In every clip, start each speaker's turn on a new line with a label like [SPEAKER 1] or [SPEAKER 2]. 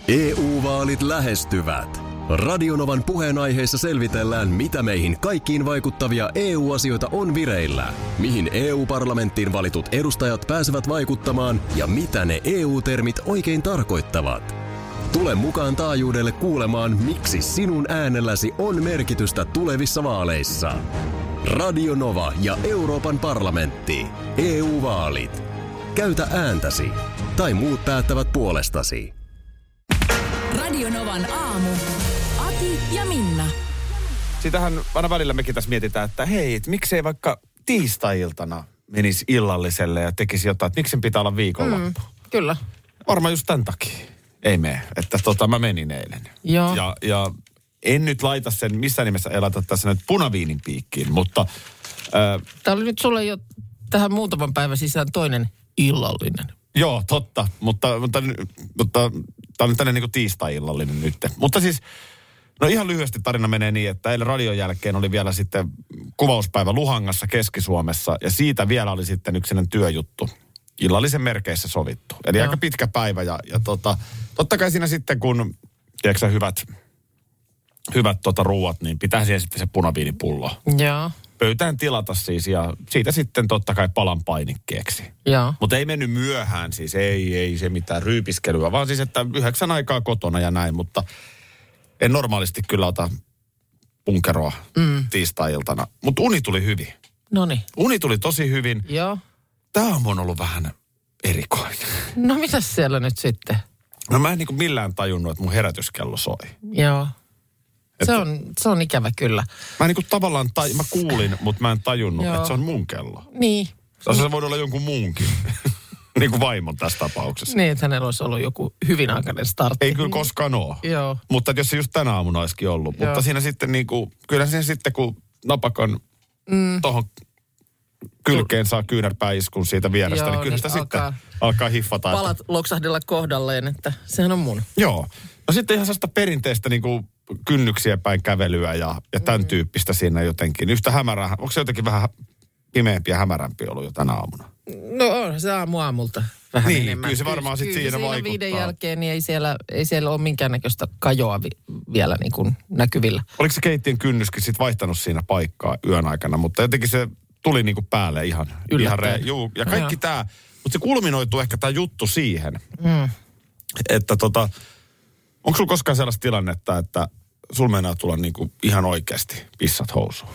[SPEAKER 1] EU-vaalit lähestyvät. Radionovan puheenaiheessa selvitellään, mitä meihin kaikkiin vaikuttavia EU-asioita on vireillä, mihin EU-parlamenttiin valitut edustajat pääsevät vaikuttamaan ja mitä ne EU-termit oikein tarkoittavat. Tule mukaan taajuudelle kuulemaan, miksi sinun äänelläsi on merkitystä tulevissa vaaleissa. Radio Nova ja Euroopan parlamentti. EU-vaalit. Käytä ääntäsi. Tai muut päättävät puolestasi.
[SPEAKER 2] Radio Novan aamu. Ati ja Minna.
[SPEAKER 3] Sitähän aina välillä mekin tässä mietitään, että hei, miksei vaikka tiistai-iltana menisi illalliselle ja tekisi jotain, että miksi sen pitää olla viikonloppu.
[SPEAKER 4] Kyllä.
[SPEAKER 3] Varmaan just tämän takia. Ei mene, että mä menin eilen.
[SPEAKER 4] Joo.
[SPEAKER 3] Ja en nyt laita sen, missään nimessä ei laita tässä nyt punaviinin piikkiin, mutta...
[SPEAKER 4] Tämä oli nyt sulle jo tähän muutaman päivän sisään toinen illallinen.
[SPEAKER 3] Joo, totta, mutta tämä on nyt tänne niin kuin tiistai-illallinen nyt. Mutta siis, no ihan lyhyesti tarina menee niin, että eilen radion jälkeen oli vielä sitten kuvauspäivä Luhangassa Keski-Suomessa ja siitä vielä oli sitten yksi työjuttu. Illallisen merkeissä sovittu. Eli aika pitkä päivä ja totta kai siinä sitten kun, tiedätkö hyvät ruuat, niin pitää siihen sitten se punaviinipullo.
[SPEAKER 4] Joo.
[SPEAKER 3] Pöytään tilata siis ja siitä sitten totta kai palan painikkeeksi.
[SPEAKER 4] Joo.
[SPEAKER 3] Mutta ei mennyt myöhään siis, ei se mitään ryypiskelyä, vaan siis että 9 aikaa kotona ja näin, mutta en normaalisti kyllä ota punkeroa tiistai-iltana. Mutta uni tuli hyvin.
[SPEAKER 4] Noniin.
[SPEAKER 3] Uni tuli tosi hyvin.
[SPEAKER 4] Joo.
[SPEAKER 3] Tämä on ollut vähän erikoinen.
[SPEAKER 4] No mitäs siellä nyt sitten?
[SPEAKER 3] No mä en niin kuin millään tajunnut, että mun herätyskello soi.
[SPEAKER 4] Joo. Se on ikävä kyllä.
[SPEAKER 3] Mä niin kuin tavallaan, mä kuulin, mutta mä en tajunnut, että se on mun kello.
[SPEAKER 4] Niin.
[SPEAKER 3] Se voi olla jonkun muunkin. Niin kuin vaimon tässä tapauksessa.
[SPEAKER 4] Niin, että hänellä olisi ollut joku hyvin aikainen startti.
[SPEAKER 3] Ei kyllä koskaan ole.
[SPEAKER 4] Joo.
[SPEAKER 3] Mutta jos se just tänä aamuna olisikin ollut.
[SPEAKER 4] Joo.
[SPEAKER 3] Mutta siinä sitten niin kuin, kyllä siinä sitten kun napakan tohon kylkeen saa kyynärpäiskun siitä vierestä, niin kyllä sitä sitten alkaa hiffata.
[SPEAKER 4] Palat loksahdella kohdalleen, että sehän on mun.
[SPEAKER 3] Joo. No sitten ihan sellaista perinteistä niin kuin kynnyksiä päin kävelyä ja tämän tyyppistä siinä jotenkin. Yhtä hämärää. Onko se jotenkin vähän pimeämpi ja hämärämpi ollut jo tänä aamuna?
[SPEAKER 4] No on se aamulta vähän
[SPEAKER 3] niin,
[SPEAKER 4] enemmän.
[SPEAKER 3] Kyllä se varmaan sitten siinä vaikuttaa.
[SPEAKER 4] 5 jälkeen niin ei siellä ole minkäännäköistä kajoa vielä niin kuin näkyvillä.
[SPEAKER 3] Oliko se keittiön kynnyskin sitten vaihtanut siinä paikkaa yön aikana, mutta jotenkin se tuli niin kuin päälle ihan ja kaikki tämä, mutta se kulminoituu ehkä tämä juttu siihen, että onko sulla koskaan sellaista tilannetta, että sulla meinaa tulla niin kuin ihan oikeasti pissat housuun?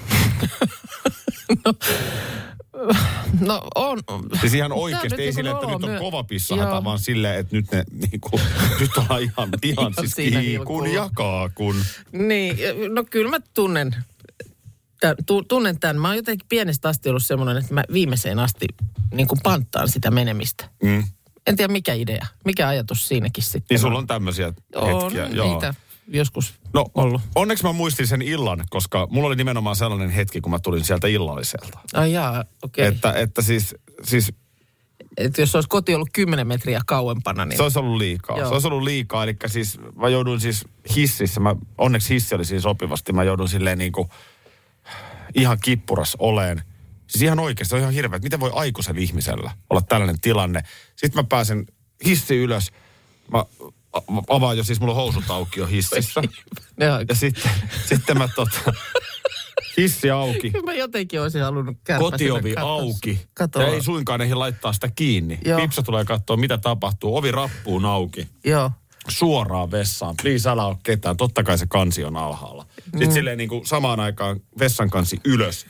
[SPEAKER 4] No on.
[SPEAKER 3] Siis ihan oikeasti, ei silleen, että nyt on kova pissahata, vaan silleen, että nyt ne niinku, nyt ollaan ihan siis kiikun ja kaakun. Niin,
[SPEAKER 4] no kyllä mä tunnen tämän. Mä oon jotenkin pienestä asti ollut semmoinen, että mä viimeiseen asti niin kuin panttaan sitä menemistä. En tiedä mikä idea, mikä ajatus siinäkin sitten.
[SPEAKER 3] Niin sulla on tämmöisiä hetkiä.
[SPEAKER 4] On niitä joskus ollut.
[SPEAKER 3] Onneksi mä muistin sen illan, koska mulla oli nimenomaan sellainen hetki, kun mä tulin sieltä illalliselta.
[SPEAKER 4] Ai jaa, okei.
[SPEAKER 3] Että siis...
[SPEAKER 4] Että jos olisi koti ollut 10 metriä kauempana, niin...
[SPEAKER 3] Se olisi ollut liikaa. Joo. Se olisi ollut liikaa, eli siis mä jouduin siis hississä, onneksi hissi oli siinä sopivasti, mä joudun silleen niinku ihan kippuras oleen. Siis ihan oikeasti, se on ihan hirveä, että miten voi aikuisen ihmisellä olla tällainen tilanne. Sitten mä pääsen hissi ylös, mä avaan jo, siis mulla on housut auki jo hississä. Ja sitten mä hissi auki.
[SPEAKER 4] Mä jotenkin olisin halunnut kärpäsenä
[SPEAKER 3] kotiovi auki.
[SPEAKER 4] Katoa.
[SPEAKER 3] Ja ei suinkaan ehdi laittaa sitä kiinni. Joo. Pipsa tulee katsoa, mitä tapahtuu. Ovi rappuun auki.
[SPEAKER 4] Joo.
[SPEAKER 3] Suoraan vessaan. Please, älä ole ketään. Totta kai se kansi on alhaalla. Sitten silleen niin kuin samaan aikaan vessan kansi ylös.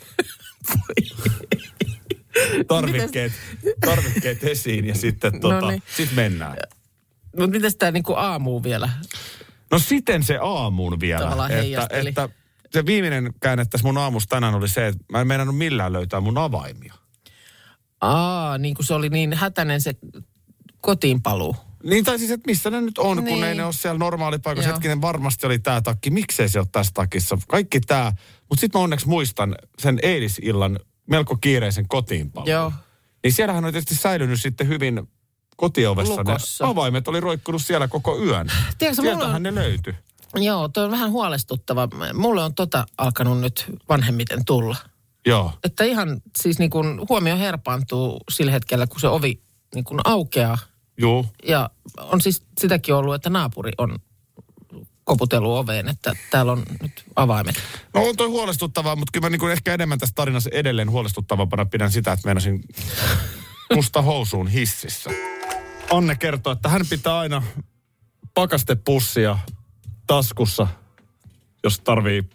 [SPEAKER 3] Tarvikkeet esiin ja sitten sit mennään.
[SPEAKER 4] Mutta mitäs tää niinku aamuun vielä?
[SPEAKER 3] No siten se aamuun vielä. Että se viimeinen käänne tässä mun aamussa tänään oli se, että mä en meinannut millään löytää mun avaimia.
[SPEAKER 4] Niin kuin se oli niin hätäinen se kotiinpaluu.
[SPEAKER 3] Niin, tai siis, että missä ne nyt on, niin. Kun ei ne ole siellä normaalipaikassa. Hetkinen, varmasti oli tää takki. Miksei se ole tässä takissa? Kaikki tää. Mutta sitten mä onneksi muistan sen eilisillan melko kiireisen kotiinpaluun.
[SPEAKER 4] Joo.
[SPEAKER 3] Niin siellähän on tietysti säilynyt sitten hyvin kotiovessa.
[SPEAKER 4] Lukossa.
[SPEAKER 3] Ne avaimet oli roikkunut siellä koko yön.
[SPEAKER 4] Tiedätkö,
[SPEAKER 3] sieltähän ne löytyi.
[SPEAKER 4] Joo, toi on vähän huolestuttava. Mulle on alkanut nyt vanhemmiten tulla.
[SPEAKER 3] Joo.
[SPEAKER 4] Että ihan siis niin kuin huomio herpaantuu sillä hetkellä, kun se ovi niin kuin aukeaa.
[SPEAKER 3] Joo.
[SPEAKER 4] Ja on siis sitäkin ollut, että naapuri on koputellut oveen, että täällä on nyt avaimet.
[SPEAKER 3] No on toi huolestuttavaa, mutta kyllä mä niin kuin ehkä enemmän tässä tarinassa edelleen huolestuttavampana pidän sitä, että meinasin musta housuun hississä. Anne kertoo, että hän pitää aina pakastepussia taskussa, jos tarvii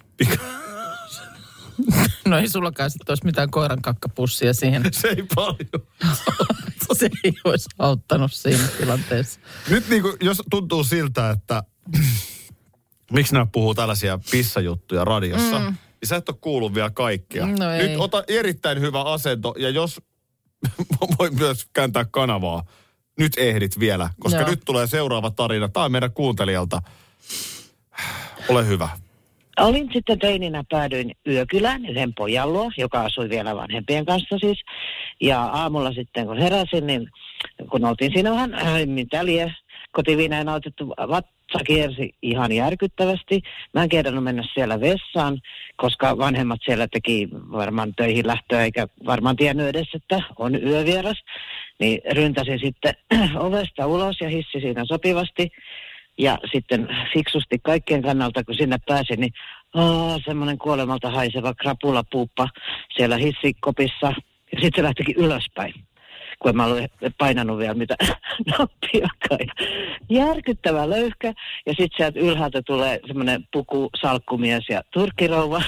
[SPEAKER 4] No ei sullakaan sitten olisi mitään koirankakkapussia siihen.
[SPEAKER 3] Se ei paljon.
[SPEAKER 4] Se ei olisi auttanut siinä tilanteessa.
[SPEAKER 3] Nyt niin kuin, jos tuntuu siltä, että miksi nämä puhuu tällaisia pissajuttuja radiossa, niin sä et ole kuullut vielä kaikkea.
[SPEAKER 4] No
[SPEAKER 3] nyt ota erittäin hyvä asento ja jos voi myös kääntää kanavaa, nyt ehdit vielä, koska nyt tulee seuraava tarina. Tämä on meidän kuuntelijalta. Ole hyvä.
[SPEAKER 5] Olin sitten teininä, päädyin yökylään yhden pojan luo, joka asui vielä vanhempien kanssa siis. Ja aamulla sitten kun heräsin, niin kun oltiin siinä vähän mitä lie, kotiviineen otettu, vatsa kiersi ihan järkyttävästi. Mä en kehdannut mennä siellä vessaan, koska vanhemmat siellä teki varmaan töihin lähtöä, eikä varmaan tiennyt edes, että on yövieras. Niin ryntäsin sitten ovesta ulos ja hissi siinä sopivasti. Ja sitten fiksusti kaikkien kannalta, kun sinne pääsin, niin semmoinen kuolemalta haiseva krapulapuuppa siellä hissikopissa. Ja sitten se lähtikin ylöspäin, kun en mä ollut painanut vielä mitä nappiakaan. Järkyttävä löyhkä. Ja sitten sieltä ylhäältä tulee semmoinen pukusalkkumies ja turkkirouva.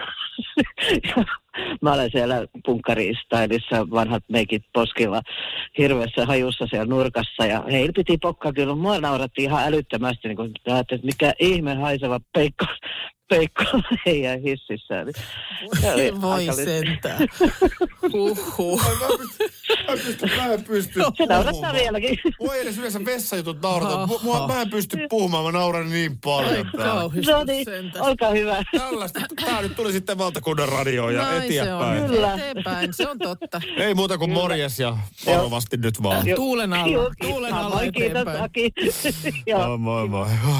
[SPEAKER 5] Mä olen siellä punkkari-stylissa, vanhat meikit poskilla, hirveässä hajussa siellä nurkassa. Ja heillä piti pokkaa kyllä. Mua naurattiin ihan älyttömästi, niin kun että mikä ihme haiseva peikko heidän hississään.
[SPEAKER 4] Voi sentään. Huhhuh.
[SPEAKER 3] Mä en pysty
[SPEAKER 5] se naurattaa vieläkin.
[SPEAKER 3] Mua ei edes yleensä vessajutut naurata. Mä en pysty puhumaan, mä nauran niin paljon.
[SPEAKER 5] No niin, olkaa hyvä.
[SPEAKER 3] Tällaista. Tää nyt tuli sitten valtakunnan radioon ja eteenpäin.
[SPEAKER 5] Kyllä.
[SPEAKER 4] Eteenpäin, se on totta.
[SPEAKER 3] Ei muuta kuin morjes ja varovasti nyt vaan.
[SPEAKER 4] Tuulen alla eteenpäin.
[SPEAKER 3] Moi.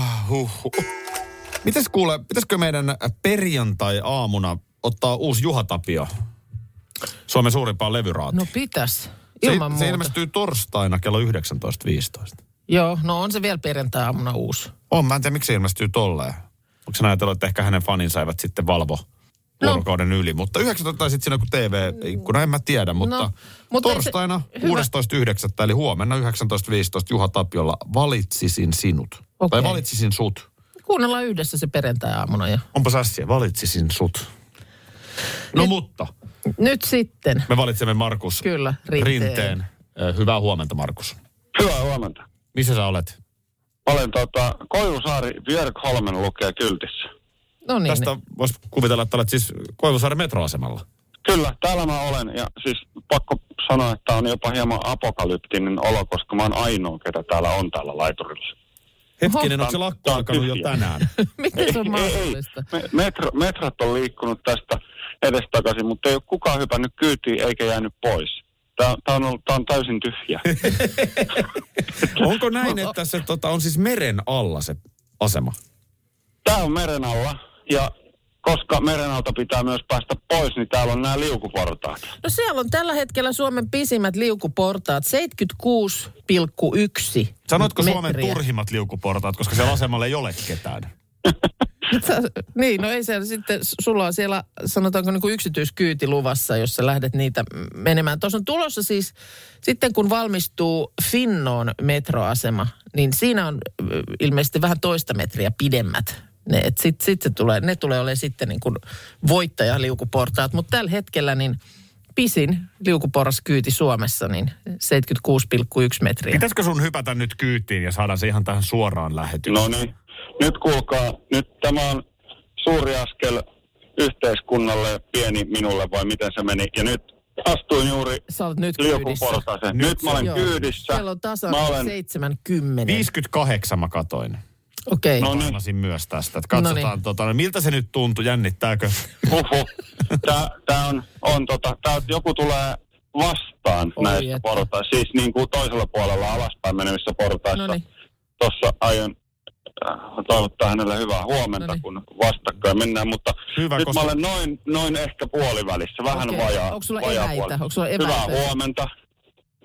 [SPEAKER 3] Mites kuule, pitäisikö meidän perjantai-aamuna ottaa uusi Juha Tapio Suomen suurimpaan levyraati?
[SPEAKER 4] No pitäis, ilman muuta.
[SPEAKER 3] Se ilmestyy torstaina kello 19.15.
[SPEAKER 4] Joo, no on se vielä perjantai-aamuna uusi.
[SPEAKER 3] Mä en tiedä, miksi se ilmestyy tolleen. Onko se ajatellut, että ehkä hänen faninsa eivät sitten valvo vuorokauden yli. Mutta 19 tai sitten siinä kuin TV-ikkuna, en mä tiedä. Mutta torstaina 16.9. eli huomenna 19.15 Juha Tapiolla Valitsisin sinut. Okay. Tai Valitsisin sut.
[SPEAKER 4] Kuunnellaan yhdessä se perjantai-aamuna jo.
[SPEAKER 3] Onpa ässiä, valitsisin sut. No mutta.
[SPEAKER 4] Nyt sitten.
[SPEAKER 3] Me valitsemme Markus.
[SPEAKER 4] Kyllä, Rinteen.
[SPEAKER 3] Hyvää huomenta, Markus.
[SPEAKER 6] Hyvää huomenta.
[SPEAKER 3] Missä sä olet?
[SPEAKER 6] Olen Koivusaari Björkholmen lukee kyltissä.
[SPEAKER 4] No niin.
[SPEAKER 3] Tästä voisi kuvitella, että olet siis Koivusaaren metroasemalla.
[SPEAKER 6] Kyllä, täällä mä olen. Ja siis pakko sanoa, että on jopa hieman apokalyptinen olo, koska mä oon ainoa, ketä täällä on täällä laiturilla.
[SPEAKER 3] Hetkinen, onko se lakko alkanut jo tänään?
[SPEAKER 4] Miten se on mahdollista?
[SPEAKER 6] Metrot on liikkunut tästä edestakaisin, mutta ei ole kukaan hypännyt kyytiin eikä jäänyt pois. Tää on täysin tyhjä.
[SPEAKER 3] Onko näin, että se on siis meren alla se asema?
[SPEAKER 6] Tää on meren alla ja koska meren alta pitää myös päästä pois, niin täällä on nämä liukuportaat.
[SPEAKER 4] No siellä on tällä hetkellä Suomen pisimmät liukuportaat, 76,1
[SPEAKER 3] Sanoitko
[SPEAKER 4] metriä.
[SPEAKER 3] Suomen turhimmat liukuportaat, koska siellä asemalla ei ole ketään?
[SPEAKER 4] Niin, no ei siellä sitten, sulla on siellä sanotaanko niin kuin yksityiskyyti luvassa, jos sä lähdet niitä menemään. Tuossa on tulossa siis, sitten kun valmistuu Finnoon metroasema, niin siinä on ilmeisesti vähän toista metriä pidemmät. Sitten ne tulee olemaan sitten niin kuin voittajaliukuportaat, mutta tällä hetkellä niin pisin liukuporraskyyti Suomessa, niin 76,1 metriä.
[SPEAKER 3] Pitäisikö sun hypätä nyt kyytiin ja saada se ihan tähän suoraan lähetykseen?
[SPEAKER 6] No niin. Nyt kuulkaa, nyt tämä on suuri askel yhteiskunnalle, pieni minulle vai miten se meni. Ja nyt astuin juuri liukuportaaseen. Nyt mä olen kyydissä.
[SPEAKER 4] Siellä on tasan 70.
[SPEAKER 3] 58 mä katoin.
[SPEAKER 4] Okei.
[SPEAKER 3] Okay. Painasin myös tästä. Että katsotaan, miltä se nyt tuntui, jännittääkö?
[SPEAKER 6] Tää joku tulee vastaan näistä portaista. Siis niin kuin toisella puolella alaspäin menevissä portaissa.
[SPEAKER 4] Noniin.
[SPEAKER 6] Tuossa aion toivottaa hänelle hyvää huomenta, kun vastakkain mennään, mutta hyvä, nyt mä olen noin ehkä puolivälissä, vähän vajaa.
[SPEAKER 4] Onko sulla eväitä?
[SPEAKER 6] Hyvää huomenta.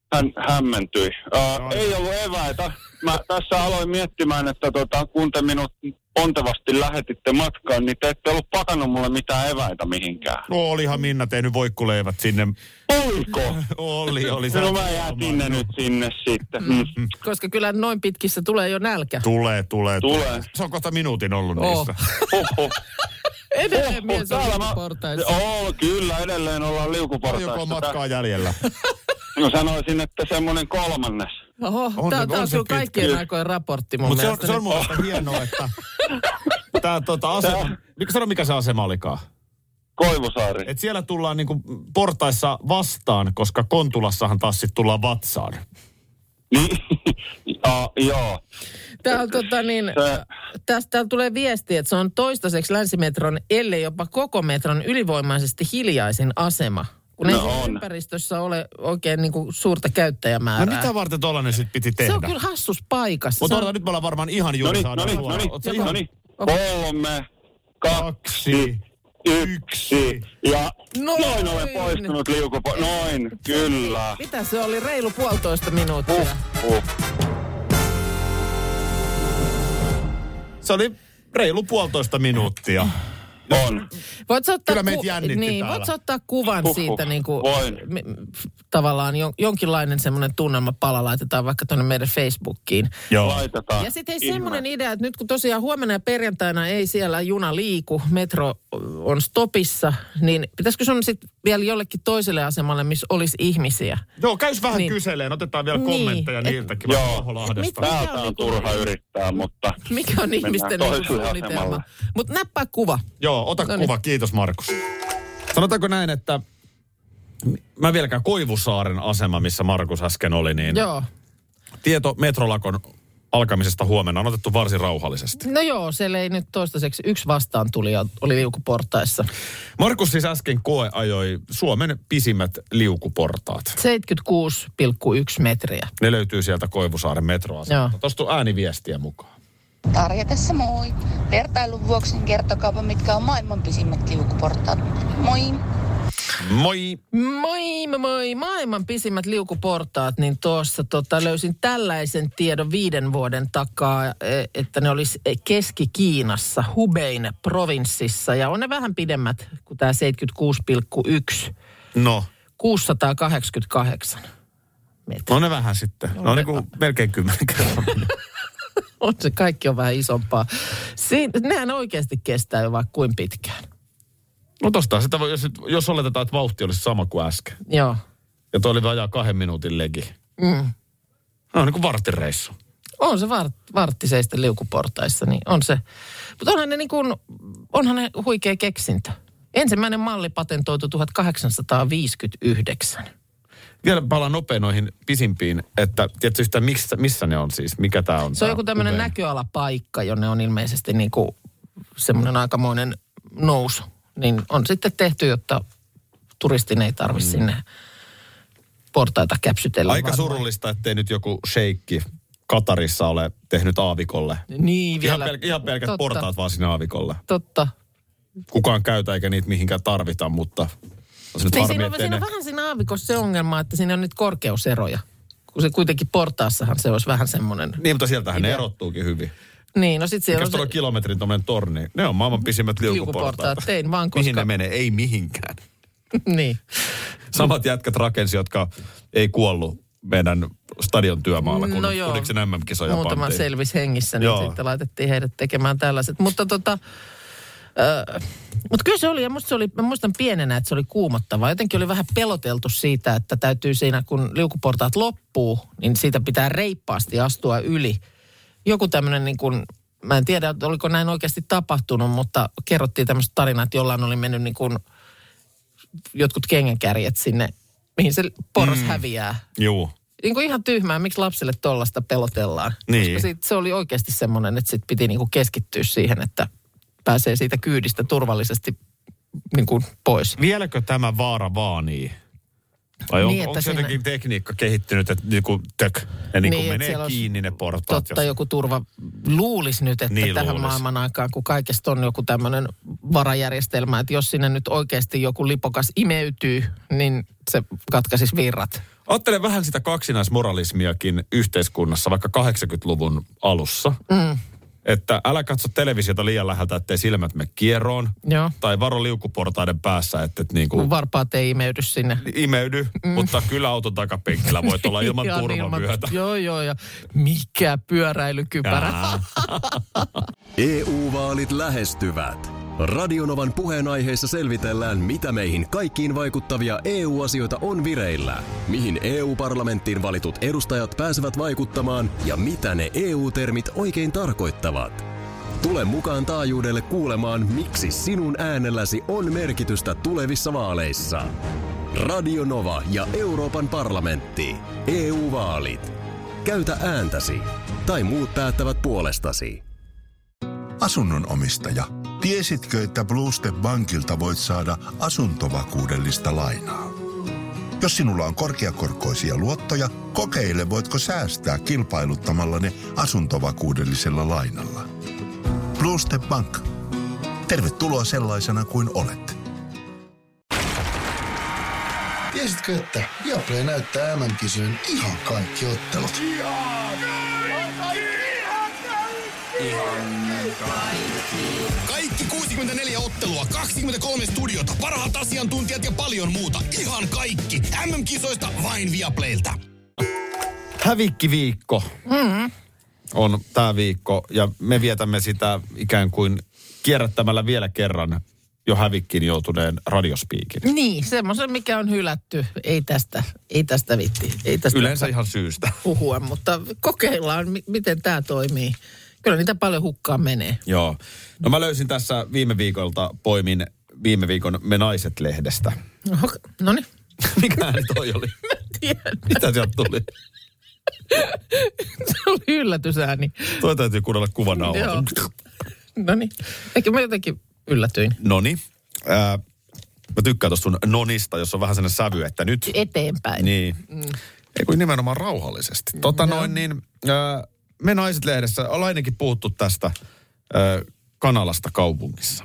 [SPEAKER 6] hän hämmentyi. Ei ollut eväitä. Mä tässä aloin miettimään, että kun te minut pontevasti lähetitte matkaan, niin te ette ollut pakannut mulle mitään eväitä mihinkään.
[SPEAKER 3] No olihan Minna tehnyt voikkuleivät sinne.
[SPEAKER 6] Oliko?
[SPEAKER 3] Oli.
[SPEAKER 6] No mä jätin ne nyt sinne sitten.
[SPEAKER 4] Koska kyllä noin pitkissä tulee jo nälkä.
[SPEAKER 3] Tulee. Se on kohta minuutin ollut niissä.
[SPEAKER 4] Edelleen mies on liukuportaissa.
[SPEAKER 6] Kyllä, edelleen ollaan liukuportaissa.
[SPEAKER 3] Joko matkaa jäljellä?
[SPEAKER 6] No sanoisin, että semmoinen 3.
[SPEAKER 4] Oho, tää on kyllä kaikkien aikojen raportti mun mielestä.
[SPEAKER 3] Mutta se on mun mielestä hienoa, että tää asema, mikä se asema olikaan?
[SPEAKER 6] Koivusaari.
[SPEAKER 3] Et siellä tullaan niinku portaissa vastaan, koska Kontulassahan taas sit tullaan vatsaan.
[SPEAKER 6] Niin, joo.
[SPEAKER 4] Tää on tästä tulee viesti, että se on toistaiseksi länsimetron, ellei jopa koko metron ylivoimaisesti hiljaisin asema. Kun ei ympäristössä ole oikein niin kuin suurta käyttäjämäärää.
[SPEAKER 3] No mitä varten tollainen sitten piti tehdä?
[SPEAKER 4] Se on kyllä hassus paikassa.
[SPEAKER 3] Mutta nyt me ollaan varmaan ihan juuri saadaan
[SPEAKER 6] suoraan. 3, 2, 1. Ja noin olen poistunut Noin, kyllä.
[SPEAKER 4] Mitä se oli? Reilu 1,5 minuuttia.
[SPEAKER 3] Se oli reilu 1,5 minuuttia.
[SPEAKER 6] On.
[SPEAKER 3] Kyllä meitä jännitti täällä.
[SPEAKER 4] Voitko ottaa kuvan siitä niin kuin, tavallaan jonkinlainen semmoinen tunnelma pala laitetaan vaikka tuonne meidän Facebookiin.
[SPEAKER 3] Joo.
[SPEAKER 6] Laitetaan.
[SPEAKER 4] Ja sitten semmoinen idea, että nyt kun tosiaan huomenna ja perjantaina ei siellä juna liiku, metro on stopissa, niin pitäisikö sun sitten vielä jollekin toiselle asemalle, missä olisi ihmisiä?
[SPEAKER 3] Joo, käys vähän kyseleen, otetaan vielä kommentteja niiltäkin.
[SPEAKER 6] Joo, täältä on turha yrittää, mutta
[SPEAKER 4] mikä on ihmisten suunnitelma? Mutta näppää kuva.
[SPEAKER 3] Joo, ota kuva. Kiitos, Markus. Sanotaanko näin, että mä vieläkään Koivusaaren asema, missä Markus äsken oli, niin tieto metrolakon alkamisesta huomenna on otettu varsin rauhallisesti.
[SPEAKER 4] No joo, siellä ei nyt toistaiseksi yksi vastaan tuli ja oli liukuportaissa.
[SPEAKER 3] Markus siis äsken ajoi Suomen pisimmät liukuportaat.
[SPEAKER 4] 76,1 metriä.
[SPEAKER 3] Ne löytyy sieltä Koivusaaren metroasemalta. Tuosta on ääniviestiä mukaan.
[SPEAKER 7] Tarja tässä moi. Vertailun vuoksi kertokaapa, mitkä on maailman pisimmät liukuportaat. Moi.
[SPEAKER 3] Moi.
[SPEAKER 4] Moi. Maailman pisimmät liukuportaat, niin tuossa löysin tällaisen tiedon 5 vuoden takaa, että ne olisi Keski-Kiinassa, Hubein provinssissa. Ja on ne vähän pidemmät kuin tämä 76,1.
[SPEAKER 3] No.
[SPEAKER 4] 688 metriä.
[SPEAKER 3] No ne vähän sitten. No niin kuin melkein 10 kertaa.
[SPEAKER 4] On se, kaikki on vähän isompaa. Nehän oikeasti kestää jo vaikka kuin pitkään.
[SPEAKER 3] No tosta sitä voi, jos oletetaan, että vauhti olisi sama kuin äsken.
[SPEAKER 4] Joo.
[SPEAKER 3] Ja toi oli vajaa 2 minuutin legi. No niin kuin varttireissu.
[SPEAKER 4] On se vartti seistä liukuportaissa, niin on se. Mutta onhan ne huikea keksintö. Ensimmäinen malli patentoitu 1859.
[SPEAKER 3] Vielä palaan nopein noihin pisimpiin, että tiedätkö yhtään, missä ne on siis? Mikä tämä on?
[SPEAKER 4] Se on joku tämmöinen näköalapaikka, jonne on ilmeisesti niinku semmoinen aikamoinen nousu. Niin on sitten tehty, jotta turistin ei tarvitse sinne portaita käpsytellä.
[SPEAKER 3] Aika surullista, ettei nyt joku sheikki Katarissa ole tehnyt aavikolle.
[SPEAKER 4] Niin vielä.
[SPEAKER 3] Ihan pelkät portaat vaan sinne aavikolle.
[SPEAKER 4] Totta.
[SPEAKER 3] Kukaan käytä eikä niitä mihinkään tarvita, mutta
[SPEAKER 4] niin siinä on vähän siinä aavikossa se ongelma, että siinä on nyt korkeuseroja. Kun se kuitenkin portaassahan se olisi vähän semmoinen.
[SPEAKER 3] Niin, mutta sieltähän ne erottuukin hyvin.
[SPEAKER 4] Niin, no sit siellä
[SPEAKER 3] on se kilometrin tommoinen torni. Ne on maailman pisimmät liukuportaat.
[SPEAKER 4] Tein vaan, koska
[SPEAKER 3] mihin ne menee? Ei mihinkään.
[SPEAKER 4] Niin.
[SPEAKER 3] Samat jätkät rakensi, jotka ei kuollut meidän stadion työmaalla, kun Kudiksen MM-kisoja pantiin.
[SPEAKER 4] Muutama selvisi hengissä, niin sitten laitettiin heidät tekemään tällaiset. Mutta mutta kyllä se oli, ja mä muistan pienenä, että se oli kuumottavaa. Jotenkin oli vähän peloteltu siitä, että täytyy siinä, kun liukuportaat loppuu, niin siitä pitää reippaasti astua yli. Joku tämmöinen niin kuin, mä en tiedä, oliko näin oikeasti tapahtunut, mutta kerrottiin tämmöistä tarinaa, että jollain oli mennyt niin kuin jotkut kengänkärjet sinne, mihin se porras häviää.
[SPEAKER 3] Joo.
[SPEAKER 4] Niin kuin ihan tyhmää, miksi lapsille tollasta pelotellaan.
[SPEAKER 3] Niin.
[SPEAKER 4] Koska se oli oikeasti semmoinen, että sit piti niin kuin keskittyä siihen, että pääsee siitä kyydistä turvallisesti niin kuin pois.
[SPEAKER 3] Vieläkö tämä vaara vaanii? Vai niin, onko se jotenkin tekniikka kehittynyt, että joku ja niin kuin menee kiinni ne portaat?
[SPEAKER 4] Totta, joku turva luulisi nyt, että tähän maailman aikaan, kun kaikesta on joku tämmöinen varajärjestelmä, että jos sinne nyt oikeasti joku lipokas imeytyy, niin se katkaisisi virrat.
[SPEAKER 3] Ajattelen vähän sitä kaksinaismoralismiakin yhteiskunnassa, vaikka 80-luvun alussa. Että älä katso televisiota liian läheltä, ettei silmät mene kieroon.
[SPEAKER 4] Joo.
[SPEAKER 3] Tai varo liukuportaiden päässä, että niinku...
[SPEAKER 4] Varpaat ei imeydy sinne.
[SPEAKER 3] Imeydy, mutta kyllä auton takapenkillä voit olla ilman turvavyötä.
[SPEAKER 4] Joo, ja mikä pyöräilykypärä.
[SPEAKER 1] EU-vaalit lähestyvät. Radionovan puheenaiheessa selvitellään, mitä meihin kaikkiin vaikuttavia EU-asioita on vireillä, mihin EU-parlamenttiin valitut edustajat pääsevät vaikuttamaan ja mitä ne EU-termit oikein tarkoittavat. Tule mukaan taajuudelle kuulemaan, miksi sinun äänelläsi on merkitystä tulevissa vaaleissa. Radio Nova ja Euroopan parlamentti. EU-vaalit. Käytä ääntäsi. Tai muut päättävät puolestasi.
[SPEAKER 8] Asunnon omistaja. Tiesitkö, että Bluestep Bankilta voit saada asuntovakuudellista lainaa? Jos sinulla on korkeakorkoisia luottoja, kokeile voitko säästää kilpailuttamalla ne asuntovakuudellisella lainalla. Bluestep Bank. Tervetuloa sellaisena kuin olet.
[SPEAKER 9] Tiesitkö, että Viaplay näyttää MM-kisojen ihan kaikki ottelut?
[SPEAKER 10] Kaikki 64 ottelua, 23 studiota, parhaat asiantuntijat ja paljon muuta. Ihan kaikki. MM-kisoista vain Viaplaylta.
[SPEAKER 3] Hävikkiviikko on tämä viikko ja me vietämme sitä ikään kuin kierrättämällä vielä kerran jo hävikkiin joutuneen radiospiikin.
[SPEAKER 4] Niin, semmoisen mikä on hylätty. Ei tästä vitti. Ei tästä
[SPEAKER 3] yleensä ihan syystä.
[SPEAKER 4] Puhua, mutta kokeillaan, miten tämä toimii. Kyllä niitä paljon hukkaan menee.
[SPEAKER 3] Joo. No mä löysin tässä poimin viime viikon Me Naiset-lehdestä.
[SPEAKER 4] Noniin.
[SPEAKER 3] Mikä ääni toi oli?
[SPEAKER 4] Mä tiedän.
[SPEAKER 3] Mitä sieltä tuli?
[SPEAKER 4] Se oli yllätysääni.
[SPEAKER 3] Toi täytyy kuunnella kuvanauhaa.
[SPEAKER 4] Joo. Noniin. Ehkä mä jotenkin yllätyin.
[SPEAKER 3] Noniin. Mä tykkään tuosta sun nonista, jos on vähän sellainen sävy, että nyt...
[SPEAKER 4] Eteenpäin.
[SPEAKER 3] Niin. Ei kun nimenomaan rauhallisesti. Me Naiset-lehdessä on ainakin puhuttu tästä Kanalasta kaupungissa.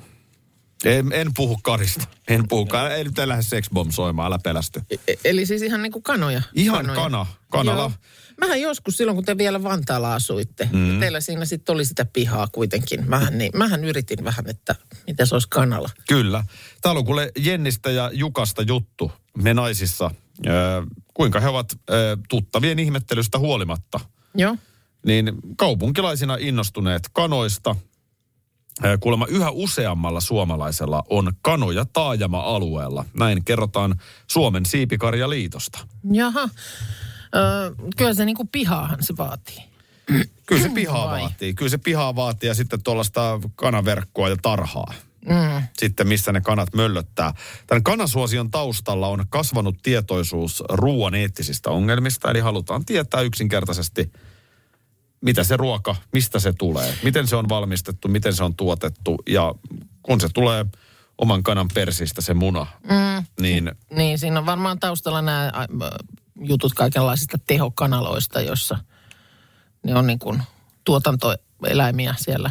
[SPEAKER 3] En puhu Karista. Ei nyt lähde seksbomb-soimaan, älä pelästy. Eli
[SPEAKER 4] siis ihan niin kuin kanoja?
[SPEAKER 3] Ihan Kanala. Joo.
[SPEAKER 4] Mähän joskus silloin, kun te vielä Vantaalla asuitte, teillä siinä sitten oli sitä pihaa kuitenkin. Mähän yritin vähän, että miten se olisi Kanala.
[SPEAKER 3] Kyllä. Täällä on kuule Jennistä ja Jukasta juttu Me Naisissa. Kuinka he ovat tuttavien ihmettelystä huolimatta.
[SPEAKER 4] Joo.
[SPEAKER 3] Niin kaupunkilaisina innostuneet kanoista. Kuulemma yhä useammalla suomalaisella on kanoja taajama-alueella. Näin kerrotaan Suomen Siipikarjaliitosta.
[SPEAKER 4] Jaha. Kyllä se niin kuin pihaahan se vaatii.
[SPEAKER 3] Kyllä se pihaa vaatii. Kyllä se pihaa vaatii ja sitten tuollaista kanaverkkoa ja tarhaa. Sitten missä ne kanat möllöttää. Tämän kanasuosion taustalla on kasvanut tietoisuus ruoan eettisistä ongelmista. Eli halutaan tietää yksinkertaisesti, mitä se ruoka, mistä se tulee, miten se on valmistettu, miten se on tuotettu ja kun se tulee oman kanan persistä se muna, niin...
[SPEAKER 4] Niin, siinä on varmaan taustalla nämä jutut kaikenlaisista tehokanaloista, jossa ne on niin kuin tuotantoeläimiä siellä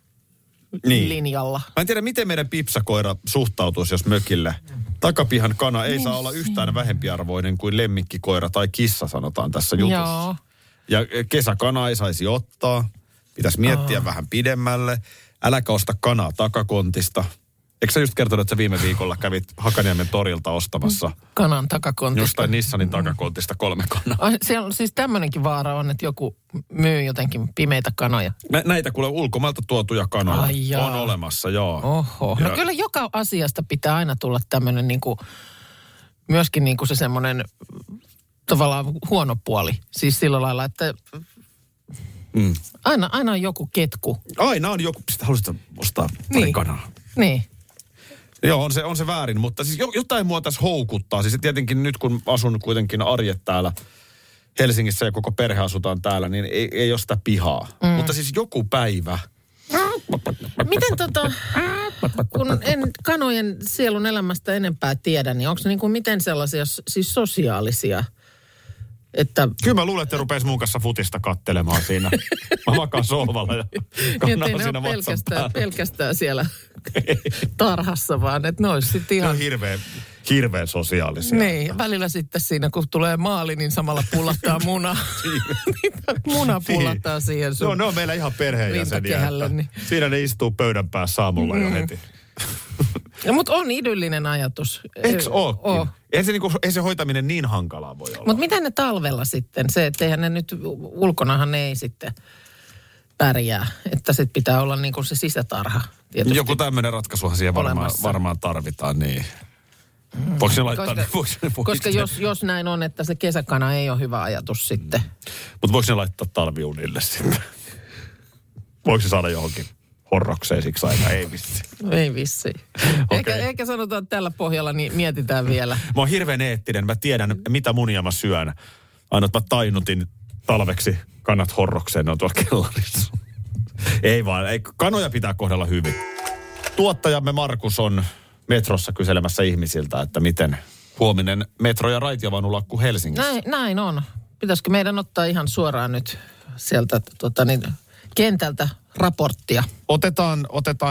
[SPEAKER 4] linjalla.
[SPEAKER 3] Mä en tiedä, miten meidän pipsakoira suhtautuisi, jos mökille takapihan kana ei saa olla yhtään vähempiarvoinen kuin lemmikkikoira tai kissa, sanotaan tässä jutussa.
[SPEAKER 4] Joo.
[SPEAKER 3] Ja kesäkana ei saisi ottaa. Pitäisi miettiä vähän pidemmälle. Äläkä osta kanaa takakontista. Eikö sä just kertonut, että sä viime viikolla kävit Hakaniemen torilta ostamassa
[SPEAKER 4] kanan takakontista?
[SPEAKER 3] Jostain Nissanin takakontista 3 kanaa.
[SPEAKER 4] Siellä on siis tämmöinenkin vaara on, että joku myy jotenkin pimeitä kanoja.
[SPEAKER 3] Näitä kuule ulkomailta tuotuja kanoja on olemassa, joo.
[SPEAKER 4] Oho. No kyllä joka asiasta pitää aina tulla tämmöinen niinku, myöskin niinku se semmoinen tavallaan huono puoli. Siis sillä lailla, että aina on joku ketku.
[SPEAKER 3] Aina on joku, sitten haluaisit ostaa pari kanaa.
[SPEAKER 4] Niin.
[SPEAKER 3] Joo, on se väärin, mutta siis jotain mua tässä houkuttaa. Siis tietenkin nyt, kun asun kuitenkin arjet täällä Helsingissä ja koko perhe asutaan täällä, niin ei ole sitä pihaa. Mutta siis joku päivä.
[SPEAKER 4] Miten kun en kanojen sielun elämästä enempää tiedä, niin onko ne niin kuin miten sellaisia siis sosiaalisia
[SPEAKER 3] Kyllä mä luulen, että rupeisi mun kanssa futista kattelemaan siinä. Mä makaan sohvalla ja kannaan siinä
[SPEAKER 4] pelkästään siellä tarhassa, vaan että ne olisi sitten ihan...
[SPEAKER 3] Hirveän sosiaalisia.
[SPEAKER 4] Niin, välillä sitten siinä, kun tulee maali, niin samalla pullahtaa muna. Muna pullahtaa siihen sun
[SPEAKER 3] ne on meillä ihan perheenjäseniä.
[SPEAKER 4] Niin.
[SPEAKER 3] Siinä ne istuu pöydän päässä aamulla jo heti.
[SPEAKER 4] Mutta on idyllinen ajatus.
[SPEAKER 3] Eikö ookin? Ei se hoitaminen niin hankalaa voi olla.
[SPEAKER 4] Mutta miten ne talvella sitten? Se, että eihän ne nyt, ulkonahan ne ei sitten pärjää. Että sitten pitää olla niin kuin se sisätarha. Tietysti.
[SPEAKER 3] Joku tämmöinen ratkaisuhan siihen varmaan tarvitaan, niin... Voiko se laittaa...
[SPEAKER 4] Koska jos näin on, että se kesäkana ei ole hyvä ajatus sitten.
[SPEAKER 3] Mutta voiko ne laittaa talviunille sitten? Voiko se saada johonkin horrokseen siksi aika? Ei vissiin.
[SPEAKER 4] Ei vissiin. Okay. Eikä sanotaan, että tällä pohjalla, niin mietitään vielä.
[SPEAKER 3] Mä oon hirveän eettinen. Mä tiedän, mitä munia mä syön. Aina, että mä tainutin talveksi kanat horrokseen. Ne on tuolla kellarissa. Ei vaan. Kanoja pitää kohdella hyvin. Tuottajamme Markus on metrossa kyselemässä ihmisiltä, että miten huominen metro- ja raitiovaunulakku Helsingissä.
[SPEAKER 4] Näin on. Pitäisikö meidän ottaa ihan suoraan nyt sieltä kentältä raporttia?
[SPEAKER 3] Otetaan.